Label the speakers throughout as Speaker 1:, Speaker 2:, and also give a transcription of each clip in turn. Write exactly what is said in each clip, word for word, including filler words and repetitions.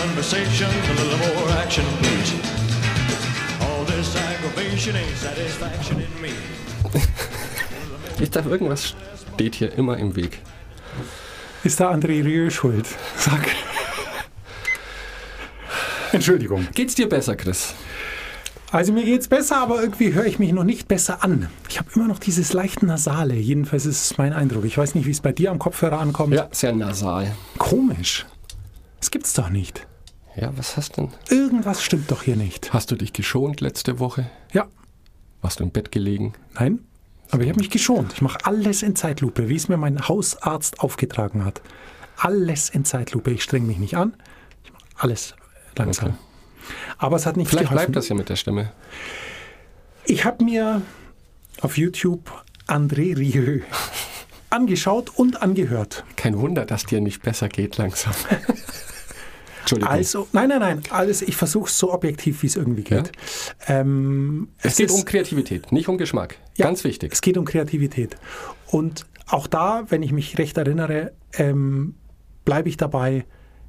Speaker 1: conversation, a little more action, please. All this aggravation ain't satisfaction in me.
Speaker 2: Ich darf, irgendwas steht hier immer im Weg.
Speaker 3: Ist da André Rieu schuld? Sag. Entschuldigung.
Speaker 2: Geht's dir besser, Chris?
Speaker 3: Also mir geht's besser, aber irgendwie höre ich mich noch nicht besser an. Ich habe immer noch dieses leicht Nasale. Jedenfalls ist es mein Eindruck. Ich weiß nicht, wie es bei dir am Kopfhörer ankommt.
Speaker 2: Ja, sehr nasal.
Speaker 3: Komisch. Das gibt's doch nicht.
Speaker 2: Ja, was hast denn?
Speaker 3: Irgendwas stimmt doch hier nicht.
Speaker 2: Hast du dich geschont letzte Woche?
Speaker 3: Ja.
Speaker 2: Warst du im Bett gelegen?
Speaker 3: Nein, aber ich habe mich geschont. Ich mache alles in Zeitlupe, wie es mir mein Hausarzt aufgetragen hat. Alles in Zeitlupe. Ich streng mich nicht an. Ich mache alles langsam.
Speaker 2: Okay.
Speaker 3: Aber es hat nichts
Speaker 2: Vielleicht
Speaker 3: geholfen.
Speaker 2: bleibt das ja mit der Stimme.
Speaker 3: Ich habe mir auf YouTube André Rieu angeschaut und angehört.
Speaker 2: Kein Wunder, dass dir nicht besser geht langsam. Entschuldigung.
Speaker 3: Also, nein, nein, nein, alles, ich versuche es so objektiv, wie es irgendwie geht. Ja? Ähm,
Speaker 2: es,
Speaker 3: es
Speaker 2: geht
Speaker 3: ist,
Speaker 2: um Kreativität, nicht um Geschmack.
Speaker 3: Ja,
Speaker 2: ganz wichtig.
Speaker 3: Es geht um Kreativität. Und auch da, wenn ich mich recht erinnere, ähm, bleibe ich dabei,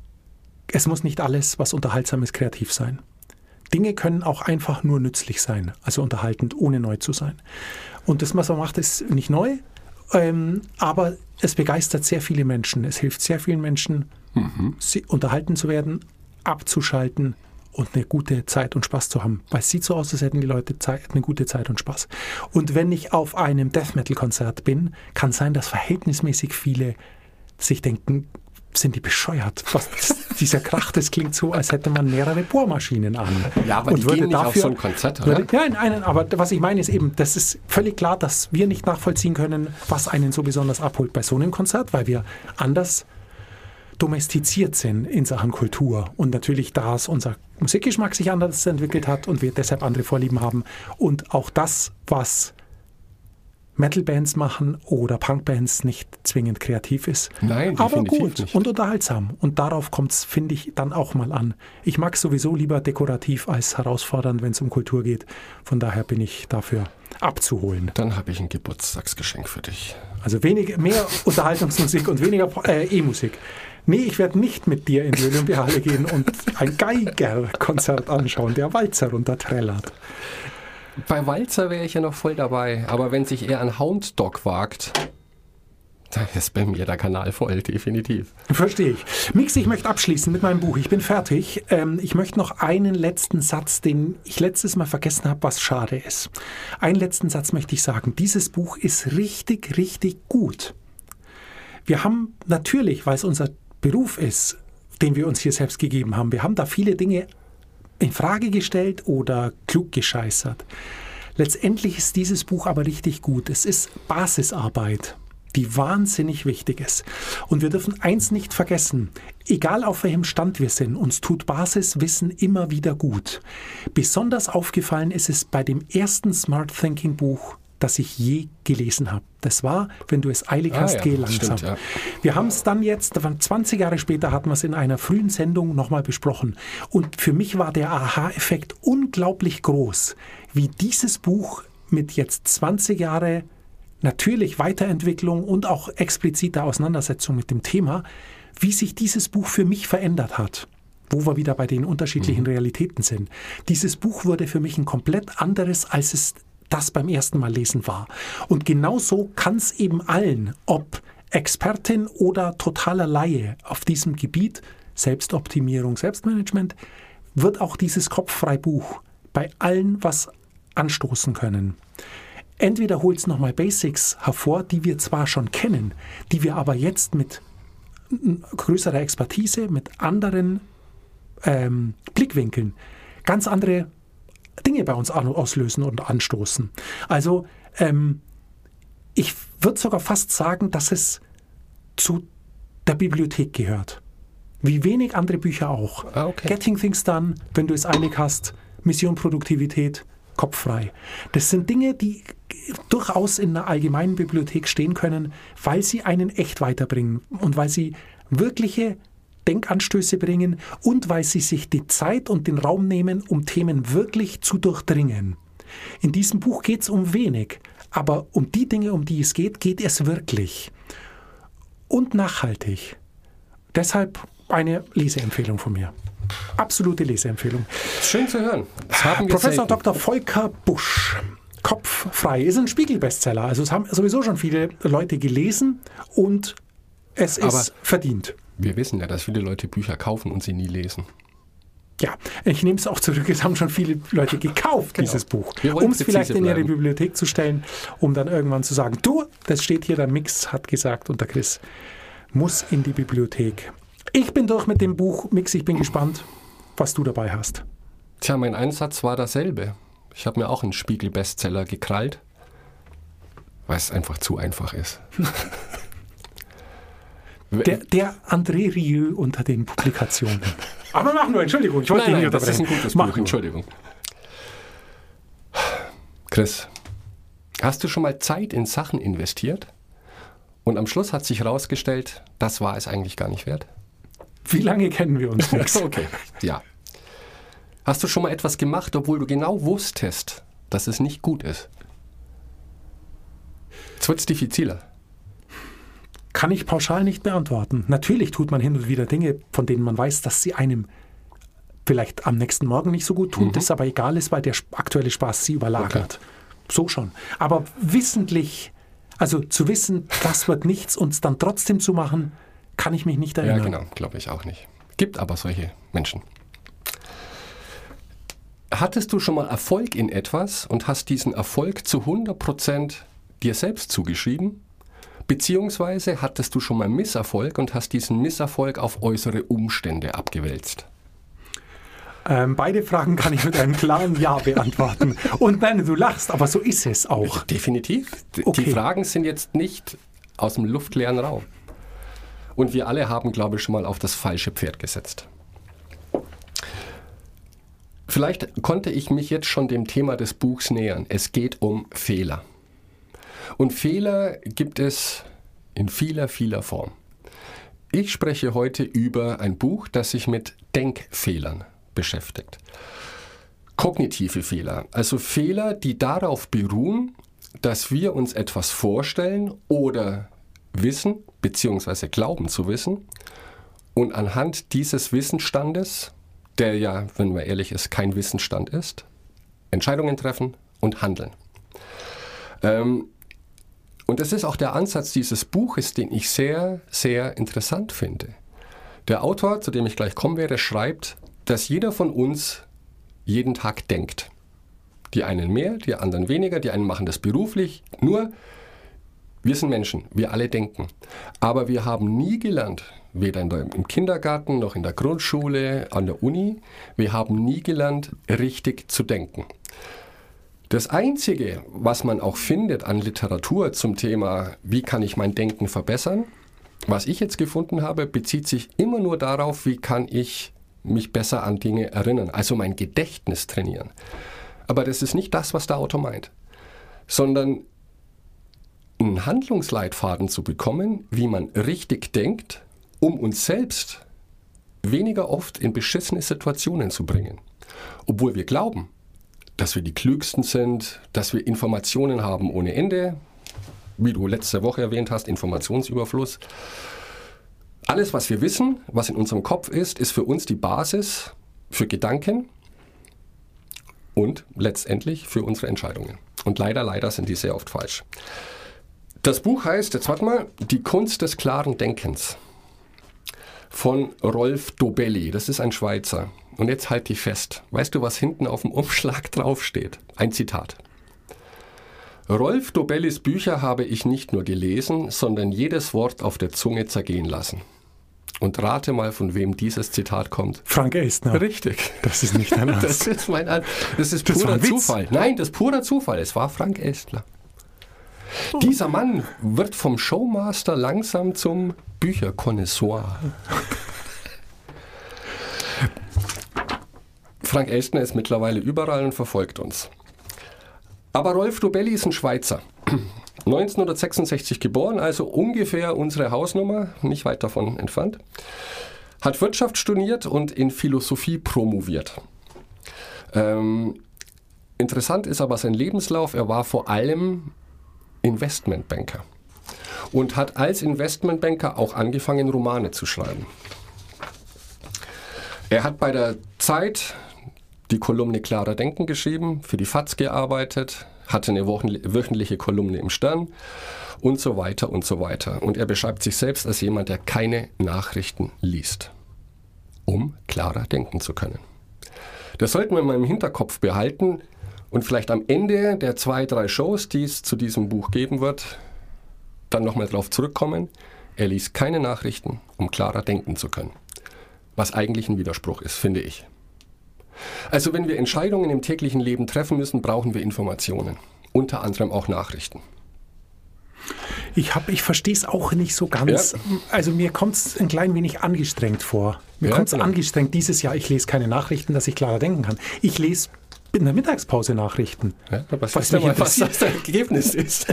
Speaker 3: es muss nicht alles, was unterhaltsam ist, kreativ sein. Dinge können auch einfach nur nützlich sein, also unterhaltend, ohne neu zu sein. Und das, was man macht, ist nicht neu, ähm, aber es begeistert sehr viele Menschen. Es hilft sehr vielen Menschen, mhm. unterhalten zu werden, abzuschalten und eine gute Zeit und Spaß zu haben. Weil es sieht so aus, als hätten die Leute Zeit, eine gute Zeit und Spaß. Und wenn ich auf einem Death-Metal-Konzert bin, kann sein, dass verhältnismäßig viele sich denken, sind die bescheuert? Was, dieser Krach, das klingt so, als hätte man mehrere Bohrmaschinen an.
Speaker 2: Ja, aber
Speaker 3: und
Speaker 2: die
Speaker 3: würde
Speaker 2: gehen nicht
Speaker 3: dafür,
Speaker 2: auf so ein Konzert, oder?
Speaker 3: Würde, ja, nein, aber was ich meine ist eben, das ist völlig klar, dass wir nicht nachvollziehen können, was einen so besonders abholt bei so einem Konzert, weil wir anders domestiziert sind in Sachen Kultur. Und natürlich, da es unser Musikgeschmack sich anders entwickelt hat und wir deshalb andere Vorlieben haben. Und auch das, was Metal-Bands machen oder Punk-Bands, nicht zwingend kreativ ist.
Speaker 2: Nein,
Speaker 3: aber gut
Speaker 2: nicht.
Speaker 3: Und unterhaltsam. Und darauf kommt es, finde ich, dann auch mal an. Ich mag es sowieso lieber dekorativ als herausfordernd, wenn es um Kultur geht. Von daher bin ich dafür abzuholen.
Speaker 2: Dann habe ich ein Geburtstagsgeschenk für dich.
Speaker 3: Also wenig, mehr Unterhaltungsmusik und weniger äh, E-Musik. Nee, ich werde nicht mit dir in die Olympiahalle gehen und ein Geiger-Konzert anschauen, der Walzer runterträllert.
Speaker 2: Bei Walzer wäre ich ja noch voll dabei, aber wenn sich eher ein Hound Dog wagt, da ist bei mir der Kanal voll, definitiv.
Speaker 3: Verstehe ich. Mix, ich möchte abschließen mit meinem Buch. Ich bin fertig. Ähm, ich möchte noch einen letzten Satz, den ich letztes Mal vergessen habe, was schade ist. Einen letzten Satz möchte ich sagen. Dieses Buch ist richtig, richtig gut. Wir haben natürlich, weil es unser Beruf ist, den wir uns hier selbst gegeben haben, wir haben da viele Dinge in Frage gestellt oder klug gescheißert. Letztendlich ist dieses Buch aber richtig gut. Es ist Basisarbeit, die wahnsinnig wichtig ist. Und wir dürfen eins nicht vergessen, egal auf welchem Stand wir sind, uns tut Basiswissen immer wieder gut. Besonders aufgefallen ist es bei dem ersten Smart Thinking Buch, das ich je gelesen habe. Das war, wenn du es eilig hast, ah, ja, geh langsam. Stimmt, ja. Wir haben es dann jetzt, zwanzig Jahre später hatten wir es in einer frühen Sendung nochmal besprochen. Und für mich war der Aha-Effekt unglaublich groß, wie dieses Buch mit jetzt zwanzig Jahre natürlich Weiterentwicklung und auch expliziter Auseinandersetzung mit dem Thema, wie sich dieses Buch für mich verändert hat. Wo wir wieder bei den unterschiedlichen mhm. Realitäten sind. Dieses Buch wurde für mich ein komplett anderes, als es das beim ersten Mal lesen war. Und genauso kann es eben allen, ob Expertin oder totaler Laie auf diesem Gebiet, Selbstoptimierung, Selbstmanagement, wird auch dieses Kopffrei-Buch bei allen was anstoßen können. Entweder holt es nochmal Basics hervor, die wir zwar schon kennen, die wir aber jetzt mit größerer Expertise, mit anderen ähm, Blickwinkeln, ganz andere Dinge bei uns auslösen und anstoßen. Also ähm, ich würde sogar fast sagen, dass es zu der Bibliothek gehört. Wie wenig andere Bücher auch.
Speaker 2: Ah, okay.
Speaker 3: Getting Things Done, wenn du es eilig hast, Mission Produktivität, kopffrei. Das sind Dinge, die durchaus in einer allgemeinen Bibliothek stehen können, weil sie einen echt weiterbringen und weil sie wirkliche Denkanstöße bringen und weil sie sich die Zeit und den Raum nehmen, um Themen wirklich zu durchdringen. In diesem Buch geht es um wenig, aber um die Dinge, um die es geht, geht es wirklich. Und nachhaltig. Deshalb eine Leseempfehlung von mir. Absolute Leseempfehlung.
Speaker 2: Schön zu hören. Das haben wir
Speaker 3: Professor
Speaker 2: selten.
Speaker 3: Doktor Volker Busch, Kopf frei, ist ein Spiegel-Bestseller. Also es haben sowieso schon viele Leute gelesen und es ist
Speaker 2: Aber
Speaker 3: verdient.
Speaker 2: wir wissen ja, dass viele Leute Bücher kaufen und sie nie lesen.
Speaker 3: Ja, ich nehme es auch zurück. Es haben schon viele Leute gekauft,
Speaker 2: Genau.
Speaker 3: dieses Buch.
Speaker 2: Wir wollen
Speaker 3: Um es vielleicht
Speaker 2: präzise
Speaker 3: in ihre
Speaker 2: bleiben.
Speaker 3: Bibliothek zu stellen, um dann irgendwann zu sagen, du, das steht hier, der Mix hat gesagt und der Chris muss in die Bibliothek. Ich bin durch mit dem Buch. Mix, ich bin gespannt, was du dabei hast.
Speaker 2: Tja, mein Einsatz war derselbe. Ich habe mir auch einen Spiegel-Bestseller gekrallt, weil es einfach zu einfach ist.
Speaker 3: Der, der André Rieu unter den Publikationen. Aber mach nur, Entschuldigung, ich wollte
Speaker 2: Nein,
Speaker 3: dich
Speaker 2: nein,
Speaker 3: nicht
Speaker 2: das ist ein
Speaker 3: unterbrechen.
Speaker 2: gutes
Speaker 3: Mach
Speaker 2: Buch,
Speaker 3: nur.
Speaker 2: Entschuldigung. Chris, hast du schon mal Zeit in Sachen investiert? Und am Schluss hat sich herausgestellt, das war es eigentlich gar nicht wert?
Speaker 3: Wie lange kennen wir uns, Mix?
Speaker 2: Okay, ja. Hast du schon mal etwas gemacht, obwohl du genau wusstest, dass es nicht gut ist? Jetzt wird es diffiziler.
Speaker 3: Kann ich pauschal nicht beantworten. Natürlich tut man hin und wieder Dinge, von denen man weiß, dass sie einem vielleicht am nächsten Morgen nicht so gut tun,
Speaker 2: Mhm.
Speaker 3: das aber egal ist, weil der aktuelle Spaß sie überlagert. So schon. Aber wissentlich, also zu wissen, das wird nichts und es dann trotzdem zu machen, kann ich mich nicht
Speaker 2: Ja,
Speaker 3: erinnern.
Speaker 2: genau, glaube ich auch nicht. Gibt aber solche Menschen. Hattest du schon mal Erfolg in etwas und hast diesen Erfolg zu hundert Prozent dir selbst zugeschrieben? Beziehungsweise hattest du schon mal Misserfolg und hast diesen Misserfolg auf äußere Umstände abgewälzt?
Speaker 3: Ähm, beide Fragen kann ich mit einem klaren Ja beantworten. Und nein, du lachst, aber so ist es auch.
Speaker 2: Definitiv. D-
Speaker 3: Okay.
Speaker 2: Die Fragen sind jetzt nicht aus dem luftleeren Raum. Und wir alle haben, glaube ich, schon mal auf das falsche Pferd gesetzt. Vielleicht konnte ich mich jetzt schon dem Thema des Buchs nähern. Es geht um Fehler. Und Fehler gibt es in vieler, vieler Form. Ich spreche heute über ein Buch, das sich mit Denkfehlern beschäftigt. Kognitive Fehler, also Fehler, die darauf beruhen, dass wir uns etwas vorstellen oder wissen, beziehungsweise glauben zu wissen und anhand dieses Wissensstandes, der ja, wenn man ehrlich ist, kein Wissensstand ist, Entscheidungen treffen und handeln. Ähm, und das ist auch der Ansatz dieses Buches, den ich sehr, sehr interessant finde. Der Autor, zu dem ich gleich kommen werde, schreibt, dass jeder von uns jeden Tag denkt. Die einen mehr, die anderen weniger, die einen machen das beruflich. Nur, wir sind Menschen, wir alle denken. Aber wir haben nie gelernt, weder in der, im Kindergarten noch in der Grundschule, an der Uni, wir haben nie gelernt, richtig zu denken. Das Einzige, was man auch findet an Literatur zum Thema, wie kann ich mein Denken verbessern, was ich jetzt gefunden habe, bezieht sich immer nur darauf, wie kann ich mich besser an Dinge erinnern, also mein Gedächtnis trainieren. Aber das ist nicht das, was der Autor meint, sondern einen Handlungsleitfaden zu bekommen, wie man richtig denkt, um uns selbst weniger oft in beschissene Situationen zu bringen. Obwohl wir glauben, dass wir die Klügsten sind, dass wir Informationen haben ohne Ende, wie du letzte Woche erwähnt hast, Informationsüberfluss. Alles, was wir wissen, was in unserem Kopf ist, ist für uns die Basis für Gedanken und letztendlich für unsere Entscheidungen. Und leider, leider sind die sehr oft falsch. Das Buch heißt, jetzt warte mal, Die Kunst des klaren Denkens von Rolf Dobelli. Das ist ein Schweizer. Und jetzt halt dich fest. Weißt du, was hinten auf dem Umschlag draufsteht? Ein Zitat. Rolf Dobellis Bücher habe ich nicht nur gelesen, sondern jedes Wort auf der Zunge zergehen lassen. Und rate mal, von wem dieses Zitat kommt.
Speaker 3: Frank Elstner.
Speaker 2: Richtig.
Speaker 3: Das ist nicht dein Ernst.
Speaker 2: Das ist mein An Das ist
Speaker 3: Das war
Speaker 2: purer
Speaker 3: ein Witz.
Speaker 2: Zufall. Nein, das ist purer Zufall. Es war Frank Elstner. Dieser Mann wird vom Showmaster langsam zum Bücherkonnoisseur. Frank Elstner ist mittlerweile überall und verfolgt uns. Aber Rolf Dobelli ist ein Schweizer. neunzehnhundertsechsundsechzig geboren, also ungefähr unsere Hausnummer, nicht weit davon entfernt. Hat Wirtschaft studiert und in Philosophie promoviert. Ähm, interessant ist aber sein Lebenslauf. Er war vor allem Investmentbanker und hat als Investmentbanker auch angefangen, Romane zu schreiben. Er hat bei der Zeit die Kolumne Klarer Denken geschrieben, für die Faz gearbeitet, hatte eine wöchentliche Kolumne im Stern und so weiter und so weiter. Und er beschreibt sich selbst als jemand, der keine Nachrichten liest, um klarer denken zu können. Das sollten wir mal im Hinterkopf behalten und vielleicht am Ende der zwei, drei Shows, die es zu diesem Buch geben wird, dann nochmal drauf zurückkommen. Er liest keine Nachrichten, um klarer denken zu können. Was eigentlich ein Widerspruch ist, finde ich. Also wenn wir Entscheidungen im täglichen Leben treffen müssen, brauchen wir Informationen. Unter anderem auch Nachrichten.
Speaker 3: Ich, hab, ich verstehe es auch nicht so ganz. Ja. Also mir kommt es ein klein wenig angestrengt vor. Mir ja, kommt es genau. angestrengt dieses Jahr, ich lese keine Nachrichten, dass ich klarer denken kann. Ich lese in der Mittagspause Nachrichten.
Speaker 2: Ja, was was, mal, was das Ergebnis ist.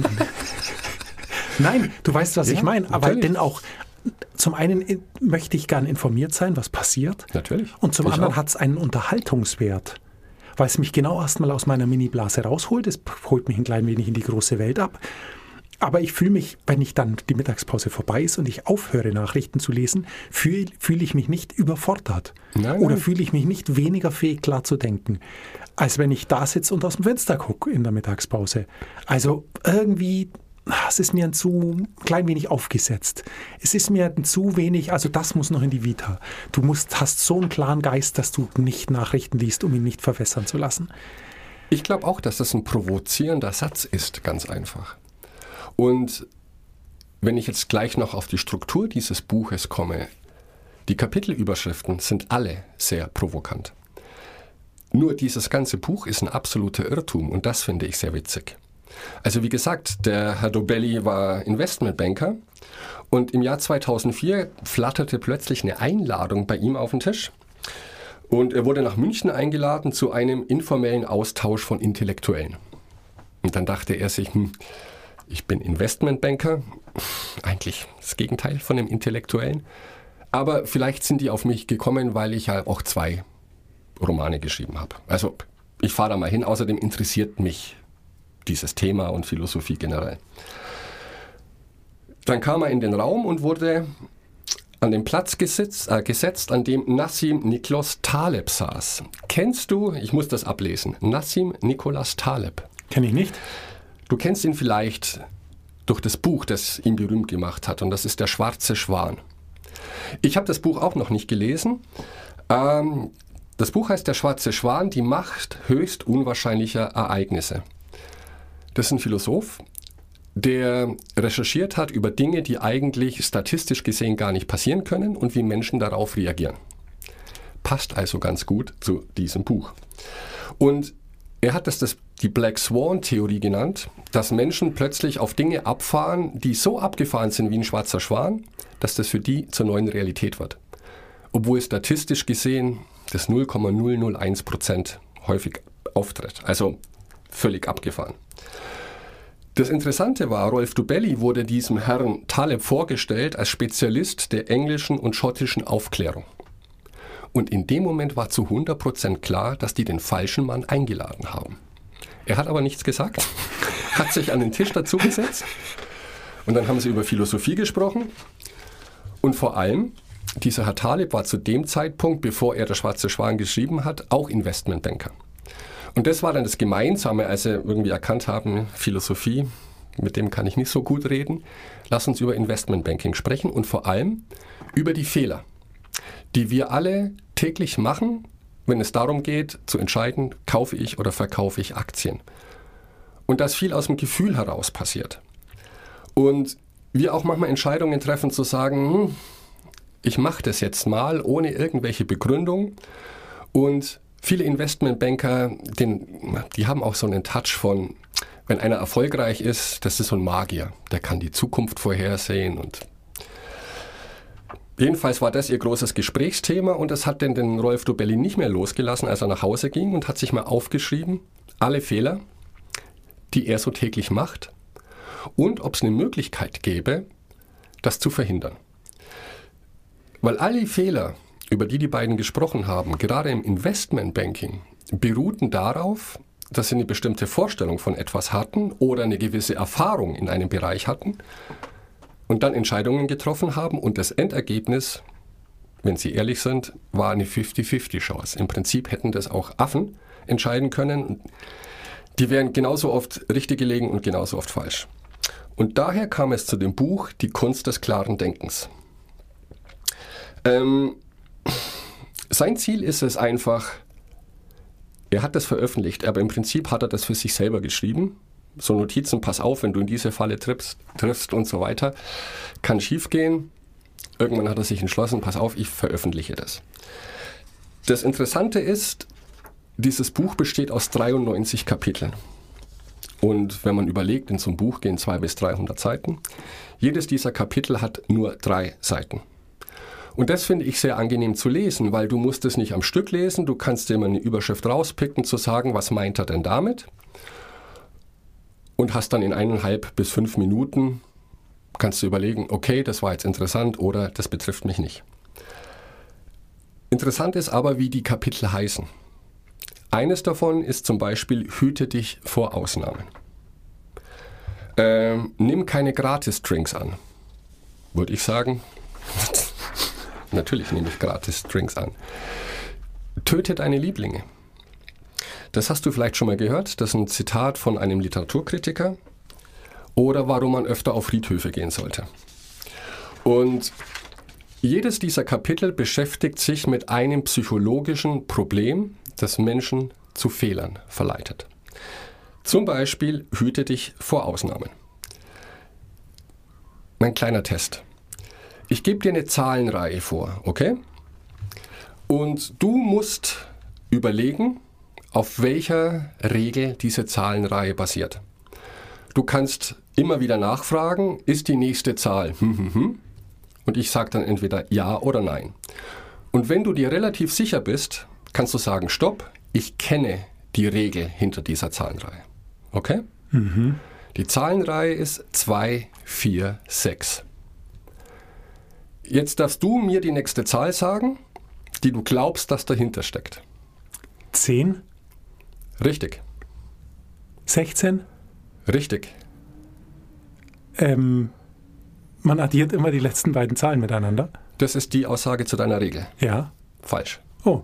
Speaker 3: Nein, du weißt, was ja, ich meine. Aber denn auch, zum einen möchte ich gern informiert sein, was passiert.
Speaker 2: Natürlich.
Speaker 3: Und zum ich anderen hat es einen Unterhaltungswert. Weil es mich genau erstmal aus meiner Mini-Blase rausholt. Es holt mich ein klein wenig in die große Welt ab. Aber ich fühle mich, wenn ich dann die Mittagspause vorbei ist und ich aufhöre, Nachrichten zu lesen, fühle fühl ich mich nicht überfordert. Nein, oder fühle ich mich nicht weniger fähig, klar zu denken, als wenn ich da sitze und aus dem Fenster gucke in der Mittagspause. Also irgendwie, es ist mir ein zu klein wenig aufgesetzt. Es ist mir ein zu wenig, also das muss noch in die Vita. Du musst, hast so einen klaren Geist, dass du nicht Nachrichten liest, um ihn nicht verwässern zu lassen.
Speaker 2: Ich glaube auch, dass das ein provozierender Satz ist, ganz einfach. Und wenn ich jetzt gleich noch auf die Struktur dieses Buches komme, die Kapitelüberschriften sind alle sehr provokant. Nur dieses ganze Buch ist ein absoluter Irrtum und das finde ich sehr witzig. Also wie gesagt, der Herr Dobelli war Investmentbanker und im Jahr zweitausendvier flatterte plötzlich eine Einladung bei ihm auf den Tisch und er wurde nach München eingeladen zu einem informellen Austausch von Intellektuellen. Und dann dachte er sich, hm, ich bin Investmentbanker, eigentlich das Gegenteil von dem Intellektuellen. Aber vielleicht sind die auf mich gekommen, weil ich ja auch zwei Romane geschrieben habe. Also ich fahre da mal hin, außerdem interessiert mich dieses Thema und Philosophie generell. Dann kam er in den Raum und wurde an den Platz gesetzt, äh, gesetzt, an dem Nassim Nicholas Taleb saß. Kennst du, ich muss das ablesen, Nassim Nicholas Taleb?
Speaker 3: Kenn ich nicht.
Speaker 2: Du kennst ihn vielleicht durch das Buch, das ihn berühmt gemacht hat, und das ist Der schwarze Schwan. Ich habe das Buch auch noch nicht gelesen. Ähm, das Buch heißt Der schwarze Schwan, die Macht höchst unwahrscheinlicher Ereignisse. Das ist ein Philosoph, der recherchiert hat über Dinge, die eigentlich statistisch gesehen gar nicht passieren können und wie Menschen darauf reagieren. Passt also ganz gut zu diesem Buch. Und er hat das, das die Black Swan-Theorie genannt, dass Menschen plötzlich auf Dinge abfahren, die so abgefahren sind wie ein schwarzer Schwan, dass das für die zur neuen Realität wird. Obwohl statistisch gesehen das null Komma null null eins Prozent häufig auftritt. Also völlig abgefahren. Das Interessante war, Rolf Dobelli wurde diesem Herrn Taleb vorgestellt als Spezialist der englischen und schottischen Aufklärung. Und in dem Moment war zu hundert Prozent klar, dass die den falschen Mann eingeladen haben. Er hat aber nichts gesagt, hat sich an den Tisch dazu gesetzt und dann haben sie über Philosophie gesprochen. Und vor allem, dieser Herr Taleb war zu dem Zeitpunkt, bevor er Der schwarze Schwan geschrieben hat, auch Investmentbanker. Und das war dann das Gemeinsame, als sie irgendwie erkannt haben, Philosophie, mit dem kann ich nicht so gut reden. Lass uns über Investmentbanking sprechen und vor allem über die Fehler, die wir alle täglich machen, wenn es darum geht, zu entscheiden, kaufe ich oder verkaufe ich Aktien. Und dass viel aus dem Gefühl heraus passiert. Und wir auch manchmal Entscheidungen treffen, zu sagen, hm, ich mache das jetzt mal ohne irgendwelche Begründung. Und viele Investmentbanker, den, die haben auch so einen Touch von, wenn einer erfolgreich ist, das ist so ein Magier. Der kann die Zukunft vorhersehen und jedenfalls war das ihr großes Gesprächsthema und das hat denn den Rolf Dobelli nicht mehr losgelassen, als er nach Hause ging und hat sich mal aufgeschrieben, alle Fehler, die er so täglich macht und ob es eine Möglichkeit gäbe, das zu verhindern. Weil alle Fehler, über die die beiden gesprochen haben, gerade im Investmentbanking, beruhten darauf, dass sie eine bestimmte Vorstellung von etwas hatten oder eine gewisse Erfahrung in einem Bereich hatten, und dann Entscheidungen getroffen haben und das Endergebnis wenn Sie ehrlich sind, war eine fünfzig fünfzig Chance. Im Prinzip hätten das auch Affen entscheiden können. Die wären genauso oft richtig gelegen und genauso oft falsch. Und daher kam es zu dem Buch Die Kunst des klaren Denkens. Ähm, sein Ziel ist es einfach, er hat das veröffentlicht, aber im Prinzip hat er das für sich selber geschrieben. So Notizen, pass auf, wenn du in diese Falle triffst, triffst und so weiter. Kann schief gehen. Irgendwann hat er sich entschlossen, pass auf, ich veröffentliche das. Das Interessante ist, dieses Buch besteht aus dreiundneunzig Kapiteln. Und wenn man überlegt, in so einem Buch gehen zweihundert bis dreihundert Seiten. Jedes dieser Kapitel hat nur drei Seiten. Und das finde ich sehr angenehm zu lesen, weil du musst es nicht am Stück lesen, du kannst dir immer eine Überschrift rauspicken, zu sagen, was meint er denn damit? Und hast dann in eineinhalb bis fünf Minuten, kannst du überlegen, okay, das war jetzt interessant oder das betrifft mich nicht. Interessant ist aber, wie die Kapitel heißen. Eines davon ist zum Beispiel, hüte dich vor Ausnahmen. Ähm, nimm keine Gratis-Drinks an. Würde ich sagen, natürlich nehme ich Gratis-Drinks an. Töte deine Lieblinge. Das hast du vielleicht schon mal gehört. Das ist ein Zitat von einem Literaturkritiker. Oder warum man öfter auf Friedhöfe gehen sollte. Und jedes dieser Kapitel beschäftigt sich mit einem psychologischen Problem, das Menschen zu Fehlern verleitet. Zum Beispiel, hüte dich vor Ausnahmen. Ein kleiner Test. Ich gebe dir eine Zahlenreihe vor, okay? Und du musst überlegen, auf welcher Regel diese Zahlenreihe basiert. Du kannst immer wieder nachfragen, ist die nächste Zahl hm, hm, hm? Und ich sage dann entweder ja oder nein. Und wenn du dir relativ sicher bist, kannst du sagen, stopp, ich kenne die Regel hinter dieser Zahlenreihe. Okay? Mhm. Die Zahlenreihe ist zwei, vier, sechs. Jetzt darfst du mir die nächste Zahl sagen, die du glaubst, dass dahinter steckt.
Speaker 3: zehn.
Speaker 2: Richtig.
Speaker 3: sechzehn.
Speaker 2: Richtig.
Speaker 3: Ähm, man addiert immer die letzten beiden Zahlen miteinander.
Speaker 2: Das ist die Aussage zu deiner Regel.
Speaker 3: Ja.
Speaker 2: Falsch.
Speaker 3: Oh.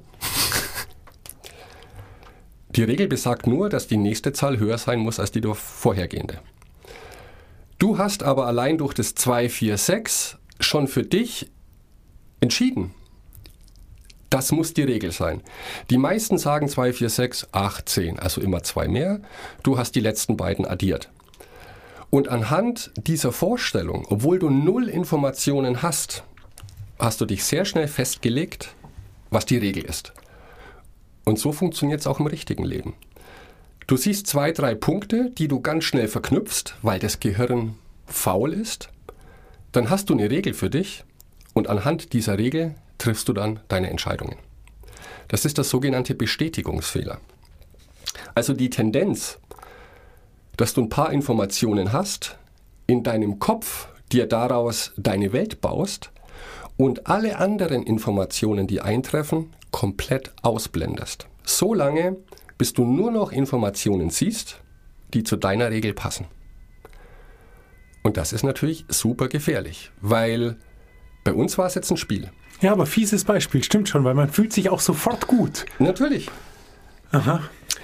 Speaker 2: Die Regel besagt nur, dass die nächste Zahl höher sein muss als die vorhergehende. Du hast aber allein durch das zwei, vier, sechs schon für dich entschieden. Das muss die Regel sein. Die meisten sagen zwei, vier, sechs, acht, zehn, also immer zwei mehr. Du hast die letzten beiden addiert. Und anhand dieser Vorstellung, obwohl du null Informationen hast, hast du dich sehr schnell festgelegt, was die Regel ist. Und so funktioniert es auch im richtigen Leben. Du siehst zwei, drei Punkte, die du ganz schnell verknüpfst, weil das Gehirn faul ist. Dann hast du eine Regel für dich und anhand dieser Regel triffst du dann deine Entscheidungen. Das ist das sogenannte Bestätigungsfehler. Also die Tendenz, dass du ein paar Informationen hast, in deinem Kopf dir daraus deine Welt baust und alle anderen Informationen, die eintreffen, komplett ausblendest. So lange, bis du nur noch Informationen siehst, die zu deiner Regel passen. Und das ist natürlich super gefährlich, weil bei uns war es jetzt ein Spiel.
Speaker 3: Ja, aber fieses Beispiel, stimmt schon, weil man fühlt sich auch sofort gut.
Speaker 2: Natürlich.
Speaker 3: Aha.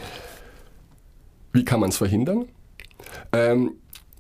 Speaker 2: Wie kann man es verhindern? Ähm,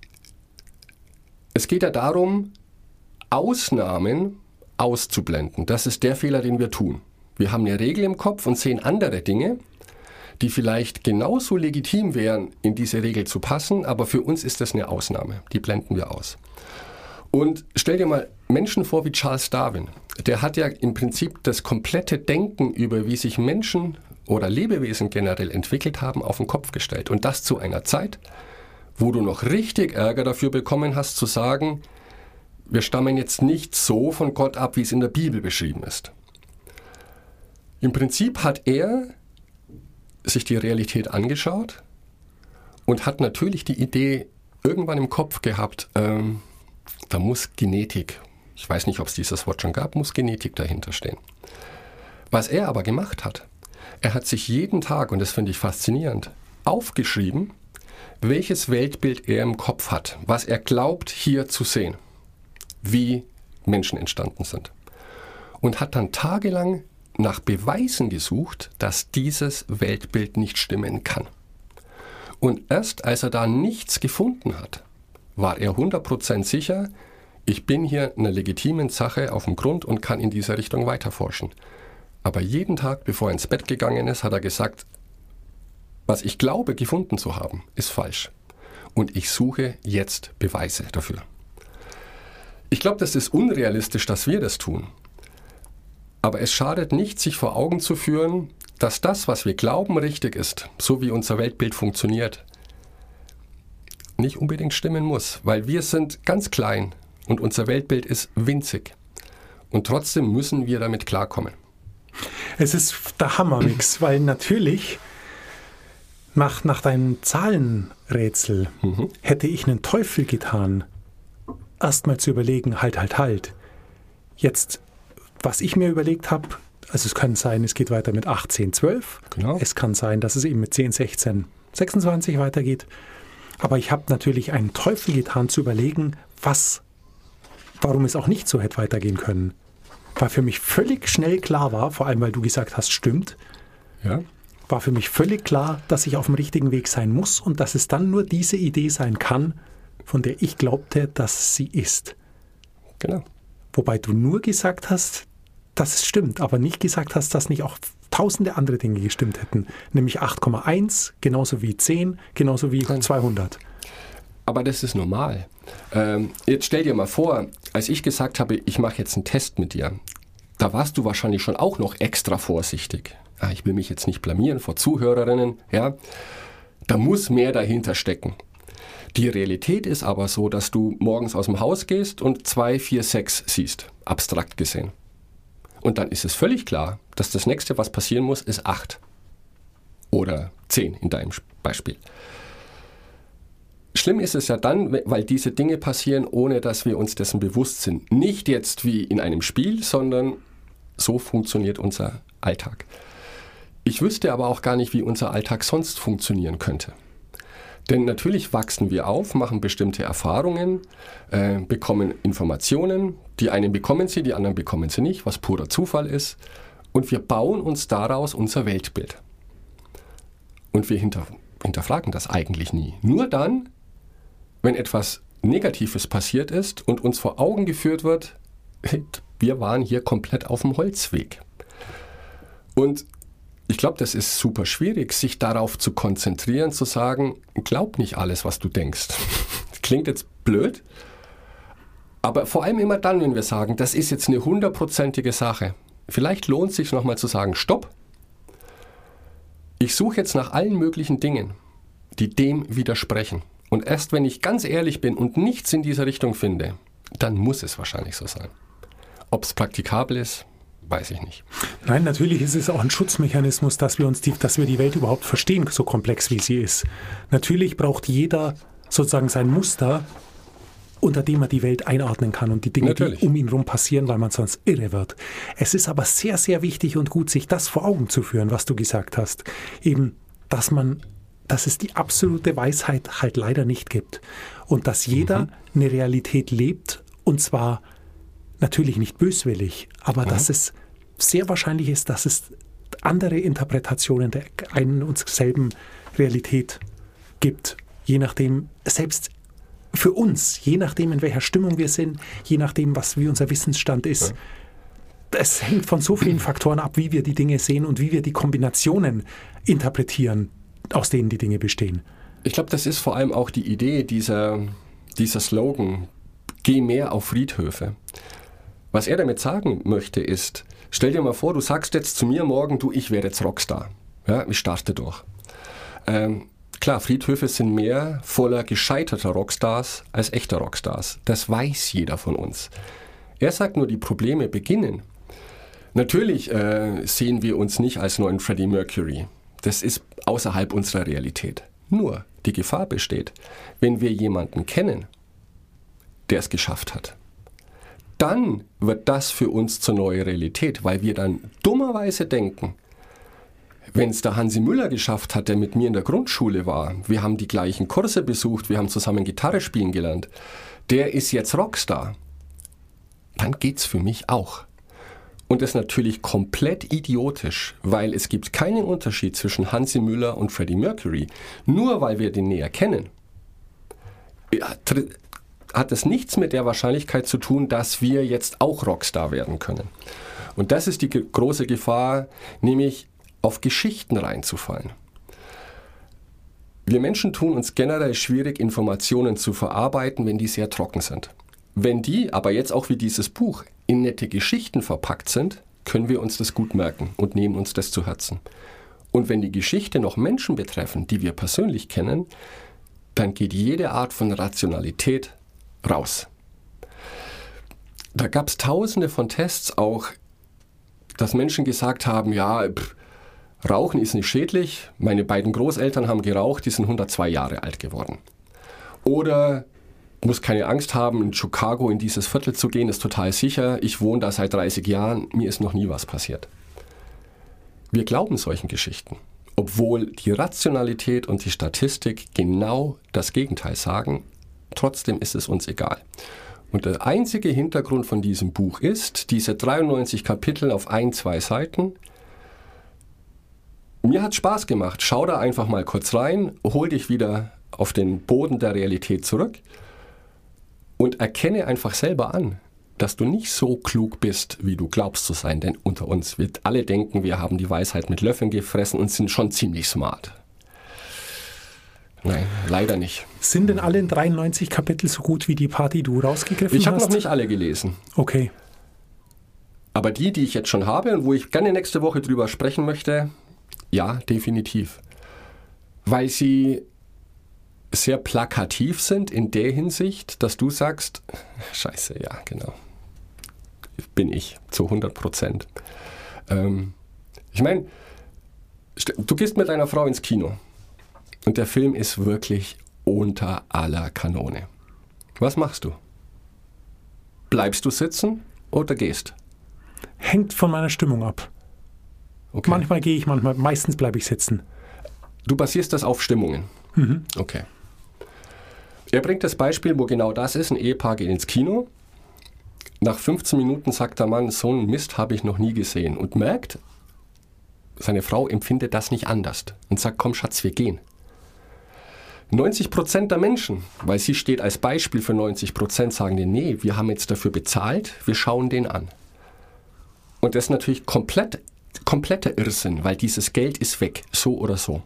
Speaker 2: es geht ja darum, Ausnahmen auszublenden. Das ist der Fehler, den wir tun. Wir haben eine Regel im Kopf und sehen andere Dinge, die vielleicht genauso legitim wären, in diese Regel zu passen, aber für uns ist das eine Ausnahme. Die blenden wir aus. Und stell dir mal Menschen vor wie Charles Darwin. Der hat ja im Prinzip das komplette Denken über, wie sich Menschen oder Lebewesen generell entwickelt haben, auf den Kopf gestellt. Und das zu einer Zeit, wo du noch richtig Ärger dafür bekommen hast, zu sagen, wir stammen jetzt nicht so von Gott ab, wie es in der Bibel beschrieben ist. Im Prinzip hat er sich die Realität angeschaut und hat natürlich die Idee irgendwann im Kopf gehabt, ähm, da muss Genetik, ich weiß nicht, ob es dieses Wort schon gab, muss Genetik dahinter stehen. Was er aber gemacht hat, er hat sich jeden Tag, und das finde ich faszinierend, aufgeschrieben, welches Weltbild er im Kopf hat, was er glaubt hier zu sehen, wie Menschen entstanden sind. und hat dann tagelang nach Beweisen gesucht, dass dieses Weltbild nicht stimmen kann. Und erst als er da nichts gefunden hat, war er hundert Prozent sicher, ich bin hier einer legitimen Sache auf dem Grund und kann in dieser Richtung weiterforschen. Aber jeden Tag, bevor er ins Bett gegangen ist, hat er gesagt, was ich glaube gefunden zu haben, ist falsch. Und ich suche jetzt Beweise dafür. Ich glaube, das ist unrealistisch, dass wir das tun. Aber es schadet nicht, sich vor Augen zu führen, dass das, was wir glauben, richtig ist, so wie unser Weltbild funktioniert, nicht unbedingt stimmen muss, weil wir sind ganz klein und unser Weltbild ist winzig. Und trotzdem müssen wir damit klarkommen.
Speaker 3: Es ist der Hammermix, weil natürlich nach, nach deinem Zahlenrätsel mhm. hätte ich einen Teufel getan, erstmal zu überlegen, halt, halt, halt. Jetzt, was ich mir überlegt habe, also es kann sein, es geht weiter mit acht, zehn, zwölf. Genau. Es kann sein, dass es eben mit zehn, sechzehn, sechsundzwanzig weitergeht. Aber ich habe natürlich einen Teufel getan, zu überlegen, was, warum es auch nicht so hätte weitergehen können. Weil für mich völlig schnell klar war, vor allem weil du gesagt hast, stimmt, ja. war für mich völlig klar, dass ich auf dem richtigen Weg sein muss und dass es dann nur diese Idee sein kann, von der ich glaubte, dass sie ist.
Speaker 2: Genau.
Speaker 3: Wobei du nur gesagt hast, dass es stimmt, aber nicht gesagt hast, dass nicht auch tausende andere Dinge gestimmt hätten. Nämlich acht Komma eins, genauso wie zehn, genauso wie zweihundert.
Speaker 2: Aber das ist normal. Ähm, jetzt stell dir mal vor, als ich gesagt habe, ich mache jetzt einen Test mit dir, da warst du wahrscheinlich schon auch noch extra vorsichtig. Ah, ich will mich jetzt nicht blamieren vor Zuhörerinnen. Ja? Da muss mehr dahinter stecken. Die Realität ist aber so, dass du morgens aus dem Haus gehst und zwei, vier, sechs siehst, abstrakt gesehen. Und dann ist es völlig klar, dass das nächste, was passieren muss, ist acht. Oder zehn in deinem Beispiel. Schlimm ist es ja dann, weil diese Dinge passieren, ohne dass wir uns dessen bewusst sind. Nicht jetzt wie in einem Spiel, sondern so funktioniert unser Alltag. Ich wüsste aber auch gar nicht, wie unser Alltag sonst funktionieren könnte. Denn natürlich wachsen wir auf, machen bestimmte Erfahrungen, äh, bekommen Informationen. Die einen bekommen sie, die anderen bekommen sie nicht, was purer Zufall ist. Und wir bauen uns daraus unser Weltbild. Und wir hinter, hinterfragen das eigentlich nie. Nur dann, wenn etwas Negatives passiert ist und uns vor Augen geführt wird, wir waren hier komplett auf dem Holzweg. Und ich glaube, das ist super schwierig, sich darauf zu konzentrieren, zu sagen, glaub nicht alles, was du denkst. Klingt jetzt blöd, aber vor allem immer dann, wenn wir sagen, das ist jetzt eine hundertprozentige Sache. Vielleicht lohnt es sich nochmal zu sagen, stopp. Ich suche jetzt nach allen möglichen Dingen, die dem widersprechen. Und erst wenn ich ganz ehrlich bin und nichts in dieser Richtung finde, dann muss es wahrscheinlich so sein. Ob es praktikabel ist, weiß ich nicht.
Speaker 3: Nein, natürlich ist es auch ein Schutzmechanismus, dass wir uns die, dass wir die Welt überhaupt verstehen, so komplex wie sie ist. Natürlich braucht jeder sozusagen sein Muster, unter dem er die Welt einordnen kann und die Dinge, Natürlich. die um ihn herum passieren, weil man sonst irre wird. Es ist aber sehr, sehr wichtig und gut, sich das vor Augen zu führen, was du gesagt hast. Eben, dass man, dass es die absolute Weisheit halt leider nicht gibt. Und dass jeder mhm. eine Realität lebt, und zwar natürlich nicht böswillig, aber mhm. dass es sehr wahrscheinlich ist, dass es andere Interpretationen der einen und selben Realität gibt. Je nachdem, selbst für uns, je nachdem, in welcher Stimmung wir sind, je nachdem, was wie unser Wissensstand ist. Ja. Es hängt von so vielen Faktoren ab, wie wir die Dinge sehen und wie wir die Kombinationen interpretieren, aus denen die Dinge bestehen.
Speaker 2: Ich glaube, das ist vor allem auch die Idee dieser, dieser Slogan, geh mehr auf Friedhöfe. Was er damit sagen möchte ist, stell dir mal vor, du sagst jetzt zu mir morgen, du, ich werde jetzt Rockstar. Ja, ich starte durch. Ähm, klar, Friedhöfe sind mehr voller gescheiterter Rockstars als echter Rockstars. Das weiß jeder von uns. Er sagt nur, die Probleme beginnen. Natürlich äh, sehen wir uns nicht als neuen Freddie Mercury. Das ist außerhalb unserer Realität. Nur, die Gefahr besteht, wenn wir jemanden kennen, der es geschafft hat. Dann wird das für uns zur neuen Realität, weil wir dann dummerweise denken, wenn es der Hansi Müller geschafft hat, der mit mir in der Grundschule war, wir haben die gleichen Kurse besucht, wir haben zusammen Gitarre spielen gelernt, der ist jetzt Rockstar, dann geht's für mich auch. Und das ist natürlich komplett idiotisch, weil es gibt keinen Unterschied zwischen Hansi Müller und Freddie Mercury. Nur weil wir den näher kennen, hat es nichts mit der Wahrscheinlichkeit zu tun, dass wir jetzt auch Rockstar werden können. Und das ist die ge- große Gefahr, nämlich auf Geschichten reinzufallen. Wir Menschen tun uns generell schwierig, Informationen zu verarbeiten, wenn die sehr trocken sind. Wenn die, aber jetzt auch wie dieses Buch, in nette Geschichten verpackt sind, können wir uns das gut merken und nehmen uns das zu Herzen. Und wenn die Geschichte noch Menschen betreffen, die wir persönlich kennen, dann geht jede Art von Rationalität raus. Da gab es tausende von Tests auch, dass Menschen gesagt haben, ja, pff, Rauchen ist nicht schädlich, meine beiden Großeltern haben geraucht, die sind hundertzwei Jahre alt geworden. Oder muss keine Angst haben, in Chicago in dieses Viertel zu gehen, ist total sicher, ich wohne da seit dreißig Jahren, mir ist noch nie was passiert. Wir glauben solchen Geschichten, obwohl die Rationalität und die Statistik genau das Gegenteil sagen, trotzdem ist es uns egal. Und der einzige Hintergrund von diesem Buch ist, diese dreiundneunzig Kapitel auf ein, zwei Seiten. Mir hat Spaß gemacht, schau da einfach mal kurz rein, hol dich wieder auf den Boden der Realität zurück und erkenne einfach selber an, dass du nicht so klug bist, wie du glaubst zu sein. Denn unter uns wird alle denken, wir haben die Weisheit mit Löffeln gefressen und sind schon ziemlich smart. Nein, leider nicht.
Speaker 3: Sind denn alle dreiundneunzig Kapitel so gut wie die paar, die du rausgegriffen
Speaker 2: Ich habe
Speaker 3: hast?
Speaker 2: noch nicht alle gelesen.
Speaker 3: Okay.
Speaker 2: Aber die, die ich jetzt schon habe und wo ich gerne nächste Woche drüber sprechen möchte, ja, definitiv. Weil sie sehr plakativ sind in der Hinsicht, dass du sagst, scheiße, ja, genau, bin ich zu hundert Prozent. Ähm, ich meine, du gehst mit deiner Frau ins Kino und der Film ist wirklich unter aller Kanone. Was machst du? Bleibst du sitzen oder gehst?
Speaker 3: Hängt von meiner Stimmung ab.
Speaker 2: Okay.
Speaker 3: Manchmal gehe ich, manchmal, meistens bleibe ich sitzen.
Speaker 2: Du basierst das auf Stimmungen?
Speaker 3: Mhm.
Speaker 2: Okay. Er bringt das Beispiel, wo genau das ist. Ein Ehepaar geht ins Kino. Nach fünfzehn Minuten sagt der Mann, so einen Mist habe ich noch nie gesehen. Und merkt, seine Frau empfindet das nicht anders. Und sagt, komm Schatz, wir gehen. neunzig Prozent der Menschen, weil sie steht als Beispiel für neunzig Prozent, sagen dir, nee, wir haben jetzt dafür bezahlt, wir schauen den an. Und das ist natürlich komplett, kompletter Irrsinn, weil dieses Geld ist weg, so oder so.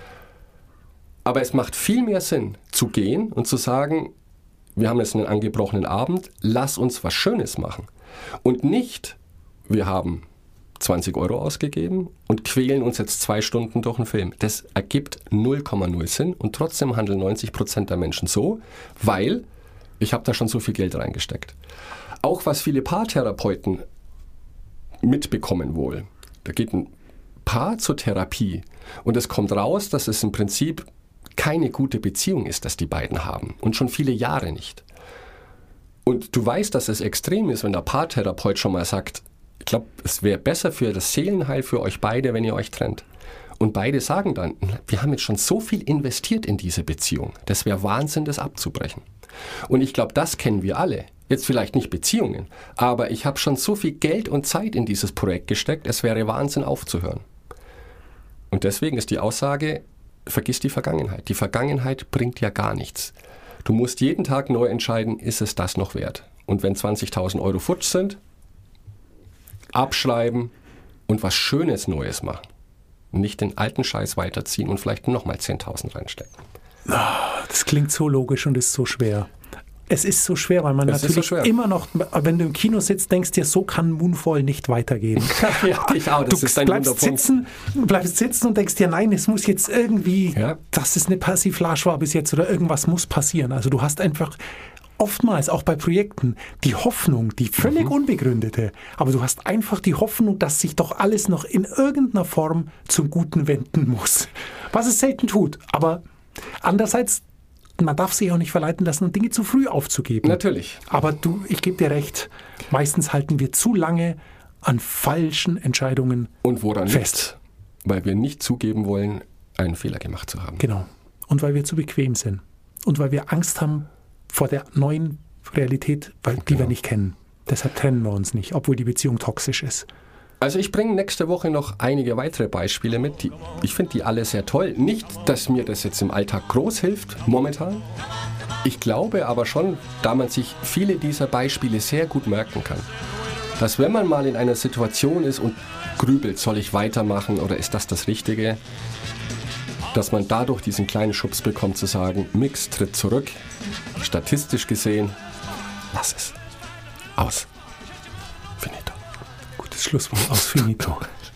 Speaker 2: Aber es macht viel mehr Sinn, zu gehen und zu sagen, wir haben jetzt einen angebrochenen Abend, lass uns was Schönes machen. Und nicht, wir haben zwanzig Euro ausgegeben und quälen uns jetzt zwei Stunden durch einen Film. Das ergibt null Komma null Sinn und trotzdem handeln neunzig Prozent der Menschen so, weil ich habe da schon so viel Geld reingesteckt. Auch was viele Paartherapeuten mitbekommen wohl. Da geht ein Paar zur Therapie und es kommt raus, dass es im Prinzip keine gute Beziehung ist, das die beiden haben und schon viele Jahre nicht. Und du weißt, dass es extrem ist, wenn der Paartherapeut schon mal sagt, ich glaube, es wäre besser für das Seelenheil für euch beide, wenn ihr euch trennt. Und beide sagen dann, wir haben jetzt schon so viel investiert in diese Beziehung, das wäre Wahnsinn, das abzubrechen. Und ich glaube, das kennen wir alle. Jetzt vielleicht nicht Beziehungen, aber ich habe schon so viel Geld und Zeit in dieses Projekt gesteckt, es wäre Wahnsinn aufzuhören. Und deswegen ist die Aussage, vergiss die Vergangenheit. Die Vergangenheit bringt ja gar nichts. Du musst jeden Tag neu entscheiden, ist es das noch wert? Und wenn zwanzigtausend Euro futsch sind, abschreiben und was Schönes Neues machen. Nicht den alten Scheiß weiterziehen und vielleicht nochmal zehntausend reinstecken.
Speaker 3: Das klingt so logisch und ist so schwer. Es ist so schwer, weil man
Speaker 2: Es ist
Speaker 3: natürlich
Speaker 2: so schwer.
Speaker 3: immer noch, wenn du im Kino sitzt, denkst dir, so kann Moonfall nicht weitergehen.
Speaker 2: Ja, ich auch, das
Speaker 3: du
Speaker 2: ist ein
Speaker 3: bleibst
Speaker 2: Wunderpunkt.
Speaker 3: sitzen, bleibst sitzen und denkst dir, nein, es muss jetzt irgendwie,
Speaker 2: Ja.
Speaker 3: dass es eine Persiflage war bis jetzt oder irgendwas muss passieren. Also du hast einfach oftmals, auch bei Projekten, die Hoffnung, die völlig
Speaker 2: Mhm.
Speaker 3: unbegründete, aber du hast einfach die Hoffnung, dass sich doch alles noch in irgendeiner Form zum Guten wenden muss. Was es selten tut, aber andererseits, man darf sich auch nicht verleiten lassen, Dinge zu früh aufzugeben.
Speaker 2: Natürlich.
Speaker 3: Aber du, ich gebe dir recht, meistens halten wir zu lange an falschen Entscheidungen
Speaker 2: Und woran
Speaker 3: fest.
Speaker 2: liegt's? Weil wir nicht zugeben wollen, einen Fehler gemacht zu haben.
Speaker 3: Genau. Und weil wir zu bequem sind. Und weil wir Angst haben vor der neuen Realität, weil, die
Speaker 2: Genau.
Speaker 3: wir nicht kennen. Deshalb trennen wir uns nicht, obwohl die Beziehung toxisch ist.
Speaker 2: Also ich bringe nächste Woche noch einige weitere Beispiele mit. Die, ich finde die alle sehr toll. Nicht, dass mir das jetzt im Alltag groß hilft, momentan. Ich glaube aber schon, da man sich viele dieser Beispiele sehr gut merken kann, dass wenn man mal in einer Situation ist und grübelt, soll ich weitermachen oder ist das das Richtige, dass man dadurch diesen kleinen Schubs bekommt zu sagen, Mix, tritt zurück, statistisch gesehen, lass es. Aus. Finito.
Speaker 3: Gutes Schlusswort. Aus Finito.